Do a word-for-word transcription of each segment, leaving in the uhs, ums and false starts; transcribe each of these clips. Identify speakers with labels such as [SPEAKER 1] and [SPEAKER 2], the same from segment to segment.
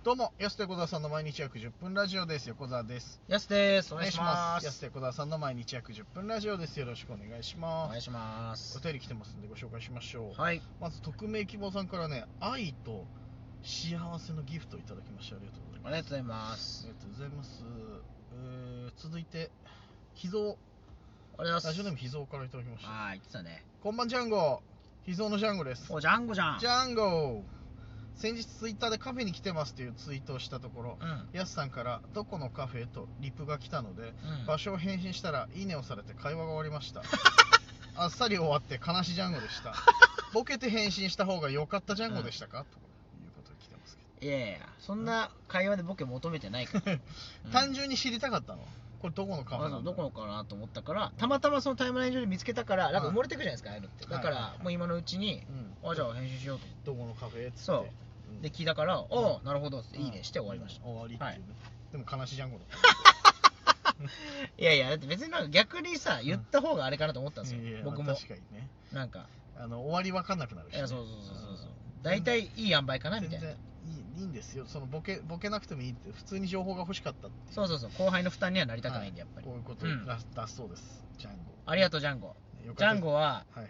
[SPEAKER 1] どうも、安手小沢さんの毎日約じゅっぷんラジオです。横澤です。
[SPEAKER 2] 安です。お願いします。
[SPEAKER 1] 安手小沢さんの毎日約じゅっぷんラジオです。よろしくお願いします。
[SPEAKER 2] お願いします。
[SPEAKER 1] お便り来てますんでご紹介しましょう。
[SPEAKER 2] はい。
[SPEAKER 1] まず、匿名希望さんからね、愛と幸せのギフトをいただきました。ありがとうございます。
[SPEAKER 2] ありがとうございます。
[SPEAKER 1] ありがとうございます。えー、続いて、秘蔵。
[SPEAKER 2] ありがとうございます。
[SPEAKER 1] ラジオネーム秘蔵からいただきました。
[SPEAKER 2] はい、言ってたね。
[SPEAKER 1] こんばんジャンゴ。秘蔵のジャンゴです。
[SPEAKER 2] お、ジャンゴじゃん。
[SPEAKER 1] ジャンゴ。先日ツイッターでカフェに来てますというツイートをしたところ、うん、やすさんからどこのカフェとリプが来たので、うん、場所を返信したらいいねをされて会話が終わりましたあっさり終わって悲しいジャンゴでしたボケて返信した方が良かったジャンゴでしたか、うん、ということで来てますけど。
[SPEAKER 2] いやいや、そんな会話でボケ求めてないから、
[SPEAKER 1] うん、単純に知りたかったの。これどこのカフェなんだ、
[SPEAKER 2] どこのかなと思ったから、たまたまそのタイムライン上で見つけたから、なんか埋もれてくじゃないですか、ああいうのって。だから、はいはいはい、もう今のうちに、うん、あ、じゃあ返信しようと思って。
[SPEAKER 1] どこのカフェっつって。
[SPEAKER 2] そうで聞いたから、おお、なるほどっていいねして終わりました。
[SPEAKER 1] 終わりっていうね、はい、でも悲しいジャンゴだ
[SPEAKER 2] いやいや、だって別になんか逆にさ、言った方があれかなと思ったんですよ、
[SPEAKER 1] いや
[SPEAKER 2] 僕も。
[SPEAKER 1] 確かにね、なんか
[SPEAKER 2] あ
[SPEAKER 1] の終わり分かんなくなるし、ね、
[SPEAKER 2] いやそうそうそうそう、大体いい塩梅かなみたいな。
[SPEAKER 1] 全然いい、いいんですよ、そのボケボケなくてもいいって、普通に情報が欲しかったっていう。
[SPEAKER 2] そうそうそう、後輩の負担にはなりたくないんで、やっぱり、
[SPEAKER 1] はい、こういうことを出すそうです、ジャンゴ。
[SPEAKER 2] ありがとうジャンゴ。ジャンゴは、はいはい、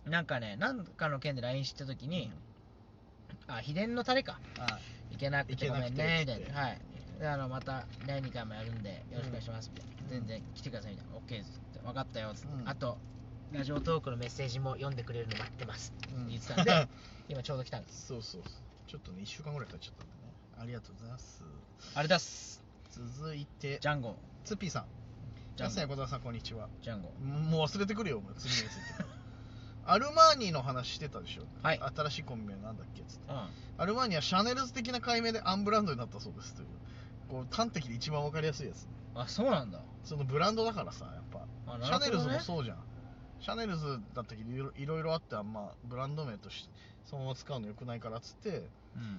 [SPEAKER 2] なんかね、なんかの件で ライン したときに、うん、あ、秘伝のタレか、あいけなくてごめんねみたいな、はい、であのまただいにかいもやるんでよろしくお願いしますみたいな、うん、全然来てくださいみたいな、 OK ですって、分かったよっつって、うん、あとラジオトークのメッセージも読んでくれるの待ってますって言ってたんで、うん、今ちょうど来たんです。
[SPEAKER 1] そうそうそう、ちょっとねいっしゅうかんぐらい経っちゃったんでね、ありがとうございます。
[SPEAKER 2] あれだす。
[SPEAKER 1] 続いて
[SPEAKER 2] ジャンゴ
[SPEAKER 1] ツッピーさん、安谷小沢さんこんにちは。
[SPEAKER 2] ジャンゴ
[SPEAKER 1] もう忘れてくるよ、もう次のやつってアルマーニの話してたでしょ、
[SPEAKER 2] はい、
[SPEAKER 1] 新しいコンビ名なんだっけっつって、うん、
[SPEAKER 2] ア
[SPEAKER 1] ルマーニはシャネルズ的な解明でアンブランドになったそうですという、こう端的で一番分かりやすいやつ、ね、
[SPEAKER 2] あ、そうなんだ。
[SPEAKER 1] そのブランドだからさ、やっぱ、ね、シャネルズもそうじゃん。シャネルズだったけどいろいろあって、あんまブランド名としてそのまま使うのよくないからっつって、うん、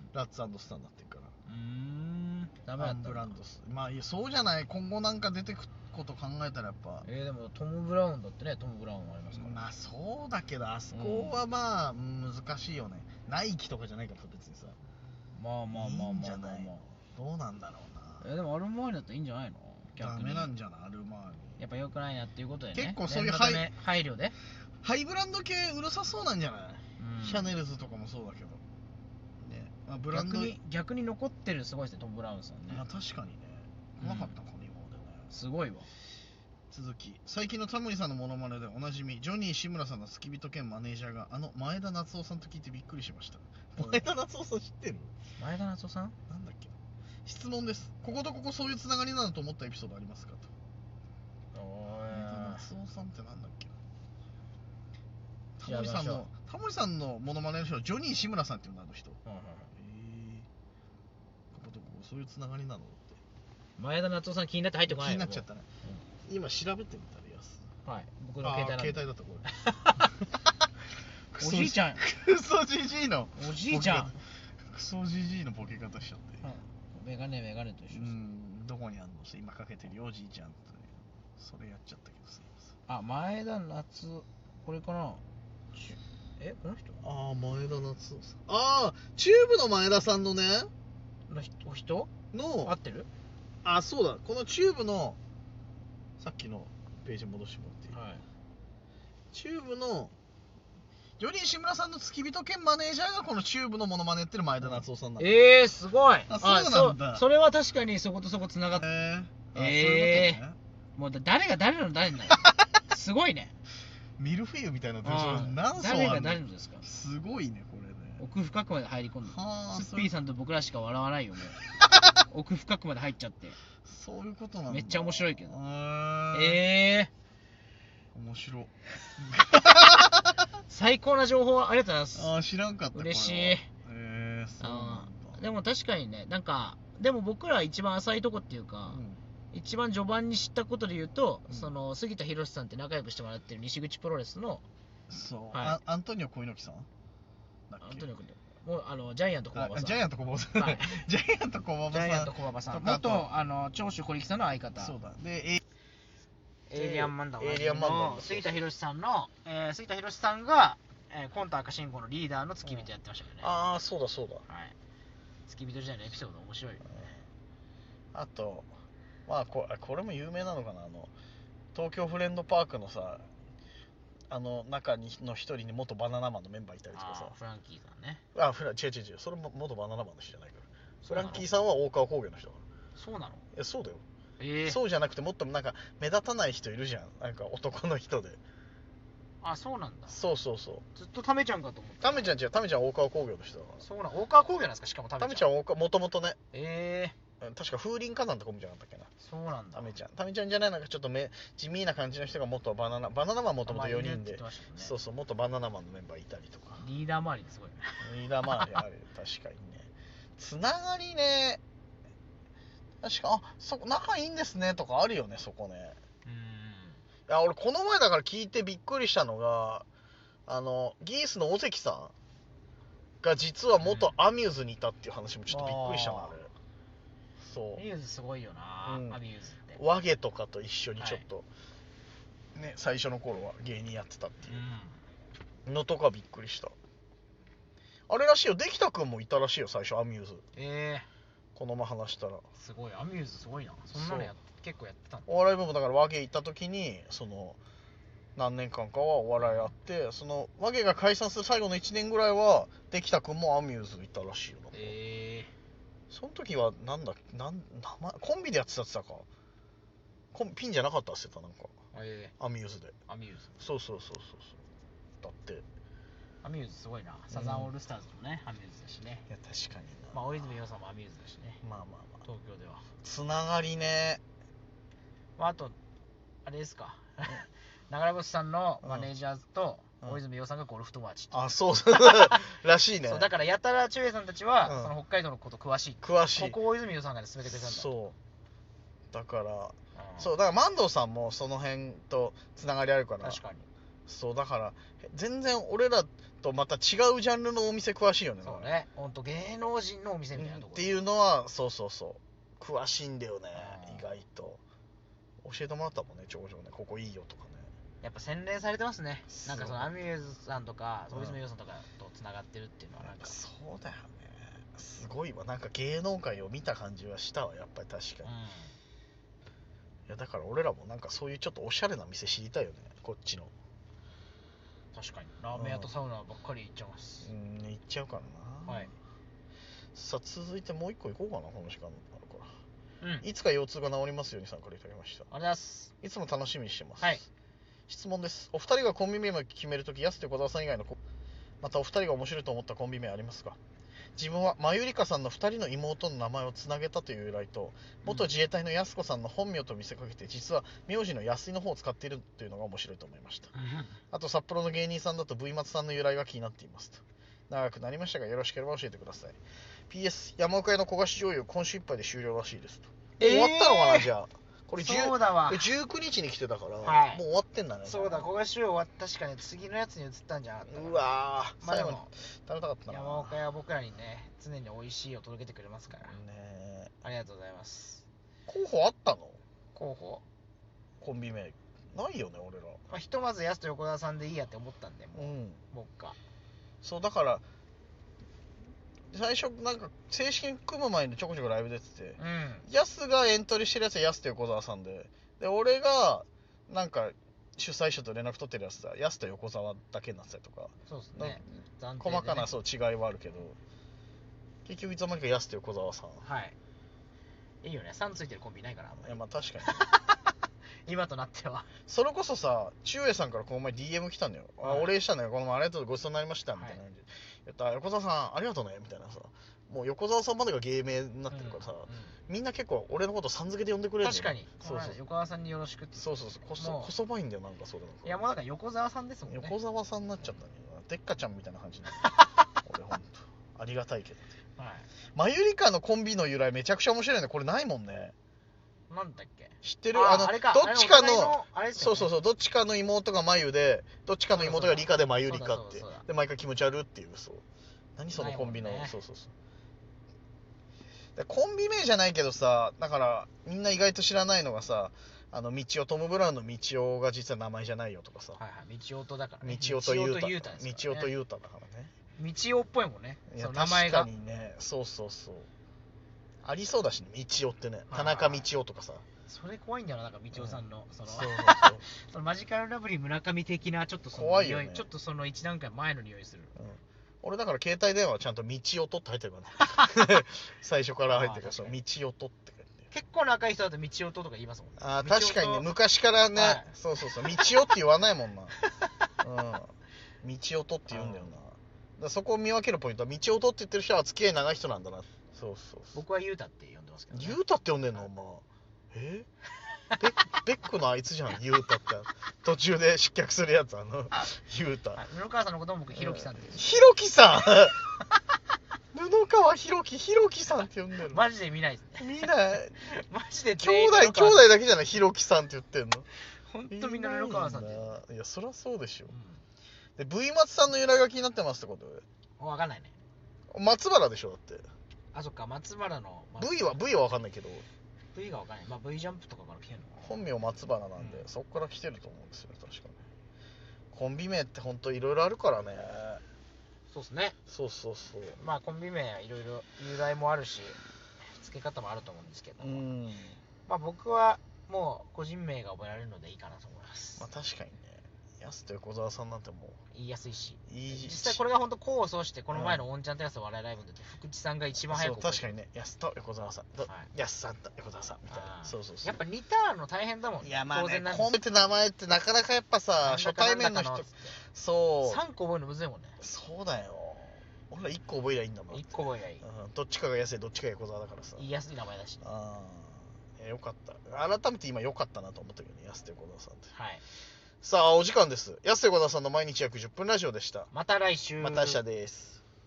[SPEAKER 1] ラッツ&スターになってるから、
[SPEAKER 2] うーん、ダメだったんだ。アン
[SPEAKER 1] ブランドス、まあいやそうじゃない、今後なんか出てくこと考えたらやっぱ、
[SPEAKER 2] えー、でもトム・ブラウンだってね、トム・ブラウンもありますから、
[SPEAKER 1] まあそうだけど、あそこはまあ難しいよね、うん、ナイキとかじゃないから別にさ、
[SPEAKER 2] まあまあまあまあまあ、まあ、いいんじゃない、
[SPEAKER 1] どうなんだろうな。
[SPEAKER 2] えー、でもアルマーニだったらいいんじゃないの。
[SPEAKER 1] ダメなんじゃない、アルマーニ
[SPEAKER 2] やっぱ良くないなっていうことでね、
[SPEAKER 1] 結構そういうハイ
[SPEAKER 2] 配慮で
[SPEAKER 1] ハイブランド系うるさそうなんじゃない、うん、シャネルズとかもそうだけどね、まあ、ブランド
[SPEAKER 2] 逆に逆に残ってるすごいですね、トム・ブラウンさんね。
[SPEAKER 1] まあ確かにね、うまかったかね、うん、今までね。
[SPEAKER 2] すごいわ。
[SPEAKER 1] 続き、最近のタモリさんのモノマネでおなじみジョニー志村さんの付き人兼マネージャーがあの前田夏夫さんと聞いてびっくりしました。前田夏夫さん知ってる？
[SPEAKER 2] 前田夏夫さん
[SPEAKER 1] なんだっけ。質問です。こことここそういうつながりなのと思ったエピソードありますかと。前田夏夫さんってなんだっけ。タモリさんのタモリさんのモノマネの人はジョニー志村さんっていうのあの人。うんうん、えー、こことここそういうつながりなのって。
[SPEAKER 2] 前田夏夫さん気になって入ってこない。
[SPEAKER 1] 気になっちゃったね。うん、今調べてみたらやす。
[SPEAKER 2] はい。僕の携帯なんで。
[SPEAKER 1] 携帯だったこれ。
[SPEAKER 2] おじいちゃん。
[SPEAKER 1] クソジジイの。
[SPEAKER 2] おじいちゃん。
[SPEAKER 1] クソジジイのボケ方しちゃって。
[SPEAKER 2] うん、メガネメガネと一緒です。うん、
[SPEAKER 1] どこにあんの？今かけてるよおじいちゃんって。それやっちゃったけどすいません。
[SPEAKER 2] あ、前田夏これかな。え、この人？
[SPEAKER 1] ああ、前田夏夫さん。ああ、チューブの前田さんのね。
[SPEAKER 2] のお人？の合ってる？
[SPEAKER 1] あ、そうだ。このチューブのさっきのページ戻してもらっていい？はい。チューブのジョニー志村さんの付き人兼マネージャーがこのチューブのモノマネやってる前田夏夫さんなんだ。
[SPEAKER 2] えー、すごい。
[SPEAKER 1] あ、そうなんだ。
[SPEAKER 2] そ, それは確かにそことそこつながって。え
[SPEAKER 1] ー、
[SPEAKER 2] えー、ね、もう誰が誰の誰のすごいね。
[SPEAKER 1] ミルフィーユみたいな何層あるの？
[SPEAKER 2] 誰が誰のですか？
[SPEAKER 1] すごいねこれね。
[SPEAKER 2] 奥深くまで入り込んで、スッピーさんと僕らしか笑わないよもう奥深くまで入っちゃって。
[SPEAKER 1] そういうことなんだ。
[SPEAKER 2] めっちゃ面白いけど。
[SPEAKER 1] え
[SPEAKER 2] え
[SPEAKER 1] ー、面白
[SPEAKER 2] 最高な情報ありがとうございます。
[SPEAKER 1] あ、知らんかった。
[SPEAKER 2] 嬉しい。
[SPEAKER 1] えー、そうなんだ。
[SPEAKER 2] でも確かにね、なんかでも僕ら一番浅いとこっていうか、うん、一番序盤に知ったことで言うと、うん、その杉田博さんって仲良くしてもらってる西口プロレスの、
[SPEAKER 1] そう、はい、アントニオ小猪木さん
[SPEAKER 2] だっけ。アントニオ小猪木もうあのジャイアント小馬場さん。
[SPEAKER 1] ジャイアント小馬場さん、はい、ジャイアント小馬場さん。
[SPEAKER 2] ジャイアント小馬場さん。元あの長州小力さんの相方。
[SPEAKER 1] そうだ。で、
[SPEAKER 2] エイリアンマンダー
[SPEAKER 1] エイリアンマンダー
[SPEAKER 2] 杉田博さんの、えー、杉田博さんが、えー、コンタ赤信号のリーダーの付き人やってましたよね。
[SPEAKER 1] ああ、そうだそうだ。
[SPEAKER 2] はい。 付き人時代のエピソード面白いよね。
[SPEAKER 1] あとまあこれ、これも有名なのかな、あの東京フレンドパークのさ、あの中にの一人に元バナナマンのメンバーいたりとかさ。
[SPEAKER 2] あフランキーさんね。
[SPEAKER 1] あフラ違う違う違う、それも元バナナマンの人じゃないから。フランキーさんは大川工業の人だから。
[SPEAKER 2] そうなの？
[SPEAKER 1] えそうだよ、
[SPEAKER 2] えー、
[SPEAKER 1] そうじゃなくてもっとなんか目立たない人いるじゃん、なんか男の人で。
[SPEAKER 2] あ、そうなんだ。
[SPEAKER 1] そうそうそう、
[SPEAKER 2] ずっとタメちゃんかと思った。
[SPEAKER 1] タメちゃん違う、タメちゃん大川工業の人だから。
[SPEAKER 2] そうなん、大川工業なんですか、しかもタメちゃん。
[SPEAKER 1] タメちゃん大川もともとね、
[SPEAKER 2] ええ
[SPEAKER 1] ー、確か風林火山とかもじゃなかったっけな。
[SPEAKER 2] そうなんだ。
[SPEAKER 1] タメちゃんタメちゃんじゃない、なんかちょっとめ地味な感じの人が元バナナバナナマンもともとよにんで、ね、そうそう元バナナマンのメンバーいたりとか。
[SPEAKER 2] リーダー周りですごいね。
[SPEAKER 1] リーダー周りある確かにね。つながりね、確か、あそこ仲いいんですねとかあるよね、そこね。
[SPEAKER 2] うん。い
[SPEAKER 1] や俺この前だから聞いてびっくりしたのが、あのギースの尾関さんが実は元アミューズにいたっていう話もちょっとびっくりしたな、あれ。そう
[SPEAKER 2] アミューズすごいよな、うん、アミューズって
[SPEAKER 1] 和芸とかと一緒にちょっと、はい、ね、最初の頃は芸人やってたっていうのとかびっくりした。あれらしいよ、できたくんもいたらしいよ最初アミューズ。ええー、この前話したら
[SPEAKER 2] すごい、アミューズすごいな、そんなのや結構やってたんだ。
[SPEAKER 1] お笑い部もだから和芸行った時にその何年間かはお笑いやって、その和芸が解散する最後のいちねんぐらいはできたくんもアミューズいたらしいよな。ええー、その時はなんだなん名前コンビでやってたって言ってたか、コンピンじゃなかったって言ってた、なんか、えー、アミューズで。
[SPEAKER 2] アミューズ
[SPEAKER 1] そうそうそうそうそうだって
[SPEAKER 2] アミューズすごいな、サザンオールスターズもね、うん、アミューズだしね。
[SPEAKER 1] いや確かにな、
[SPEAKER 2] まあ大泉洋さんもアミューズだしね。
[SPEAKER 1] まあまあまあ
[SPEAKER 2] 東京では
[SPEAKER 1] つながりね。
[SPEAKER 2] まああとあれですか流れ星さんのマネージャーと大泉洋さんがゴルフ友達、
[SPEAKER 1] うん、あそうらしいね。
[SPEAKER 2] そうだからやたらちゅうえいさんたちは、うん、その北海道のこと詳しい
[SPEAKER 1] 詳しい、
[SPEAKER 2] ここ大泉洋さんが進めてくれたんだ。
[SPEAKER 1] そうだから、うん、そうだから万堂さんもその辺とつながりあるから。
[SPEAKER 2] 確かに。
[SPEAKER 1] そうだから全然俺らとまた違うジャンルのお店詳しいよね。
[SPEAKER 2] そうね、ほんと芸能人のお店みたいなところ、
[SPEAKER 1] っていうのはそうそうそう詳しいんだよね、意外と教えてもらったもんね、長女ね、ここいいよとかね。
[SPEAKER 2] やっぱ洗練されてますね。なんかそのアミューズさんとか大泉洋さんとかとつながってるっていうのはなんか、
[SPEAKER 1] そうだよね、すごいわ。なんか芸能界を見た感じはしたわ、やっぱり確かに、うん、いやだから俺らもなんかそういうちょっとおしゃれな店知りたいよね、こっちの。
[SPEAKER 2] 確かにラーメン屋とサウナばっかり行っちゃいます。
[SPEAKER 1] うん、行っちゃうからな。はい。さあ続いてもう一個行こうかな、この時間あるから、うん、いつか腰痛が治りますようにさんからいただきました。
[SPEAKER 2] ありがとうございます。
[SPEAKER 1] いつも楽しみにしてます。
[SPEAKER 2] はい。
[SPEAKER 1] 質問です。お二人がコンビ名を決めるとき、やすと小沢さん以外のまたお二人が面白いと思ったコンビ名ありますか？自分はまゆりかさんのふたりの妹の名前をつなげたという由来と、元自衛隊のやす子さんの本名と見せかけて実は名字の安井の方を使っているというのが面白いと思いました。あと札幌の芸人さんだと V 松さんの由来が気になっていますと。長くなりましたがよろしければ教えてください。 ピーエス 山岡屋の焦がし醤油今週いっぱいで終了らしいですと。えー、終わったのかな。じゃあこれ
[SPEAKER 2] そうだわ、
[SPEAKER 1] じゅうくにちに来てたから、
[SPEAKER 2] はい、
[SPEAKER 1] もう終わってんだね。
[SPEAKER 2] そうだ、焦がし醤油終わった。確かに次のやつに移ったんじゃなかったかな。
[SPEAKER 1] うわー、
[SPEAKER 2] まあでも
[SPEAKER 1] 食べたかったな。
[SPEAKER 2] 山岡屋は僕らにね常に美味しいを届けてくれますから
[SPEAKER 1] ね。
[SPEAKER 2] ありがとうございます。
[SPEAKER 1] 候補あったの？
[SPEAKER 2] 候補
[SPEAKER 1] コンビ名ないよね俺ら。
[SPEAKER 2] まあ、ひとまずやすと横田さんでいいやって思ったんで、もう、うん、僕か。
[SPEAKER 1] そうだから最初なんか正式に組む前にちょこちょこライブ出てて、うん、ヤスがエントリーしてるやつはヤスと横澤さんで、で俺がなんか主催者と連絡取ってるやつはヤスと横澤だけになってたりとか、
[SPEAKER 2] そうですね、
[SPEAKER 1] 細かなそう違いはあるけど、結局いつの間にかヤスと横澤さん。
[SPEAKER 2] はいいいよね、さんついてるコンビいないから。
[SPEAKER 1] いやまあ確かに
[SPEAKER 2] 今となっては
[SPEAKER 1] それこそさ、ちゅうえいさんからこの前 ディーエム 来たんだよ、はい、お礼したんだよ、この前ありがとうごちそうになりましたみたいな、はい、やった横澤さんありがとうねみたいなさ、もう横澤さんまでが芸名になってるからさ、うんうん、みんな結構俺のことさん付けで呼んでくれるんだよ。
[SPEAKER 2] 確かにそうそう、横澤さんによろしくって。
[SPEAKER 1] そうそうそう、こそこそばいんだよなんかそれ。
[SPEAKER 2] いやもうなんか横澤さんですもんね。
[SPEAKER 1] 横澤さんになっちゃったね、でっかちゃんみたいな感じになって俺ほんとありがたいけど、はい、マユリカのコンビの由来めちゃくちゃ面白いね。これないもんね。
[SPEAKER 2] なんだっけ、
[SPEAKER 1] 知ってる？あの、あれか、どっちかの、の
[SPEAKER 2] ね、
[SPEAKER 1] そうそうそう、どっちかの妹がまゆで、どっちかの妹がリカでまゆりかって、で毎回気持ち悪っていう、そう。何そのコンビの、ね、そうそうそう。でコンビ名じゃないけどさ、だからみんな意外と知らないのがさ、あの道夫、トム・ブラウンの道夫が実は名前じゃないよとかさ。
[SPEAKER 2] はいはい、道夫とだから、
[SPEAKER 1] ね、道夫とユータ、道夫とユータだからね。
[SPEAKER 2] 道夫っぽいもんね。
[SPEAKER 1] いや
[SPEAKER 2] その名前が
[SPEAKER 1] 確かにね、そうそうそう、ありそうだしね、道夫ってね、田中道夫とかさ。
[SPEAKER 2] それ怖いんだよな、なんか道夫さんの、うん、その
[SPEAKER 1] そうそうそう
[SPEAKER 2] そのマジカルラブリー村上的なちょっとその
[SPEAKER 1] 怖いよね、
[SPEAKER 2] ちょっとその一段階前の匂いする、
[SPEAKER 1] うん、俺だから携帯電話はちゃんと道夫って入ってるからね最初から入ってるから、そう道夫って
[SPEAKER 2] 結構仲いい人だと道夫とか言いますもんね。
[SPEAKER 1] ああ確かにね、昔からね、はい、そうそうそう、道夫って言わないもんなうん道夫って言うんだよな、だそこを見分けるポイントは、道夫って言ってる人は付き合い長い人なんだな。そうそうそう、
[SPEAKER 2] 僕はユータって呼んでますけど、ね、
[SPEAKER 1] ユータって呼んでんのお前、えベベックのあいつじゃん、ユータって途中で失脚するやつ、あのユータ。
[SPEAKER 2] 布川さんのことも僕ひろきさんって言うんです。
[SPEAKER 1] ひろきさん布川ひろき、ひろきさんって呼んでる。
[SPEAKER 2] マジで見ないです
[SPEAKER 1] ね。見ない。
[SPEAKER 2] マジで
[SPEAKER 1] 兄弟、兄弟だけじゃない、ひろきさんって言ってんの。
[SPEAKER 2] ほんとみんな布川さんって。
[SPEAKER 1] いや、そりゃそうでしょ。うん、で、V 松さんの由来が気になってますってことで。
[SPEAKER 2] わかんないね。
[SPEAKER 1] 松原でしょ、だって。
[SPEAKER 2] あ、そっか、松原の。
[SPEAKER 1] V は、V はわかんないけど。
[SPEAKER 2] V がわかんない。まあ、V ジャンプとかから来てるの。
[SPEAKER 1] 本名松原なんで、うん、そこから来てると思うんですよ、確かに。コンビ名ってほんといろいろあるからね。
[SPEAKER 2] そうっすね。
[SPEAKER 1] そうそうそう。
[SPEAKER 2] まあコンビ名はいろいろ由来もあるし、付け方もあると思うんですけど、うん、まあ僕はもう個人名が覚えられるのでいいかなと思います。
[SPEAKER 1] まあ確かにね、安と横澤さんなんてもう
[SPEAKER 2] 言いやすいし、
[SPEAKER 1] いいし、
[SPEAKER 2] 実際これが本当功を奏してこの前のオンチャンテラス笑いライブで福地さんが一番早く
[SPEAKER 1] 覚えてる。そう確かにね、安と横澤さん、はい、安さんと横澤さんみたいな。そうそうそう。
[SPEAKER 2] やっぱ似たの大変だもんね。
[SPEAKER 1] いやまあね、コンビって名前ってなかなかやっぱさ、初対面の人、そう。
[SPEAKER 2] さんこ覚えるのむずいもんね。
[SPEAKER 1] そうだよ。俺らいっこ覚えりゃいいんだもん。
[SPEAKER 2] いっこ覚えりゃいい、
[SPEAKER 1] うん、どっちかが安い、どっちかが横澤だからさ。
[SPEAKER 2] 言いやすい名前だし、ね、
[SPEAKER 1] ああ、よかった。改めて今よかったなと思ったけどね、安と横澤さんって。
[SPEAKER 2] はい。
[SPEAKER 1] さあお時間です。安と横澤さんの毎日約じゅっぷんラジオでした。
[SPEAKER 2] また来週。
[SPEAKER 1] また明日です。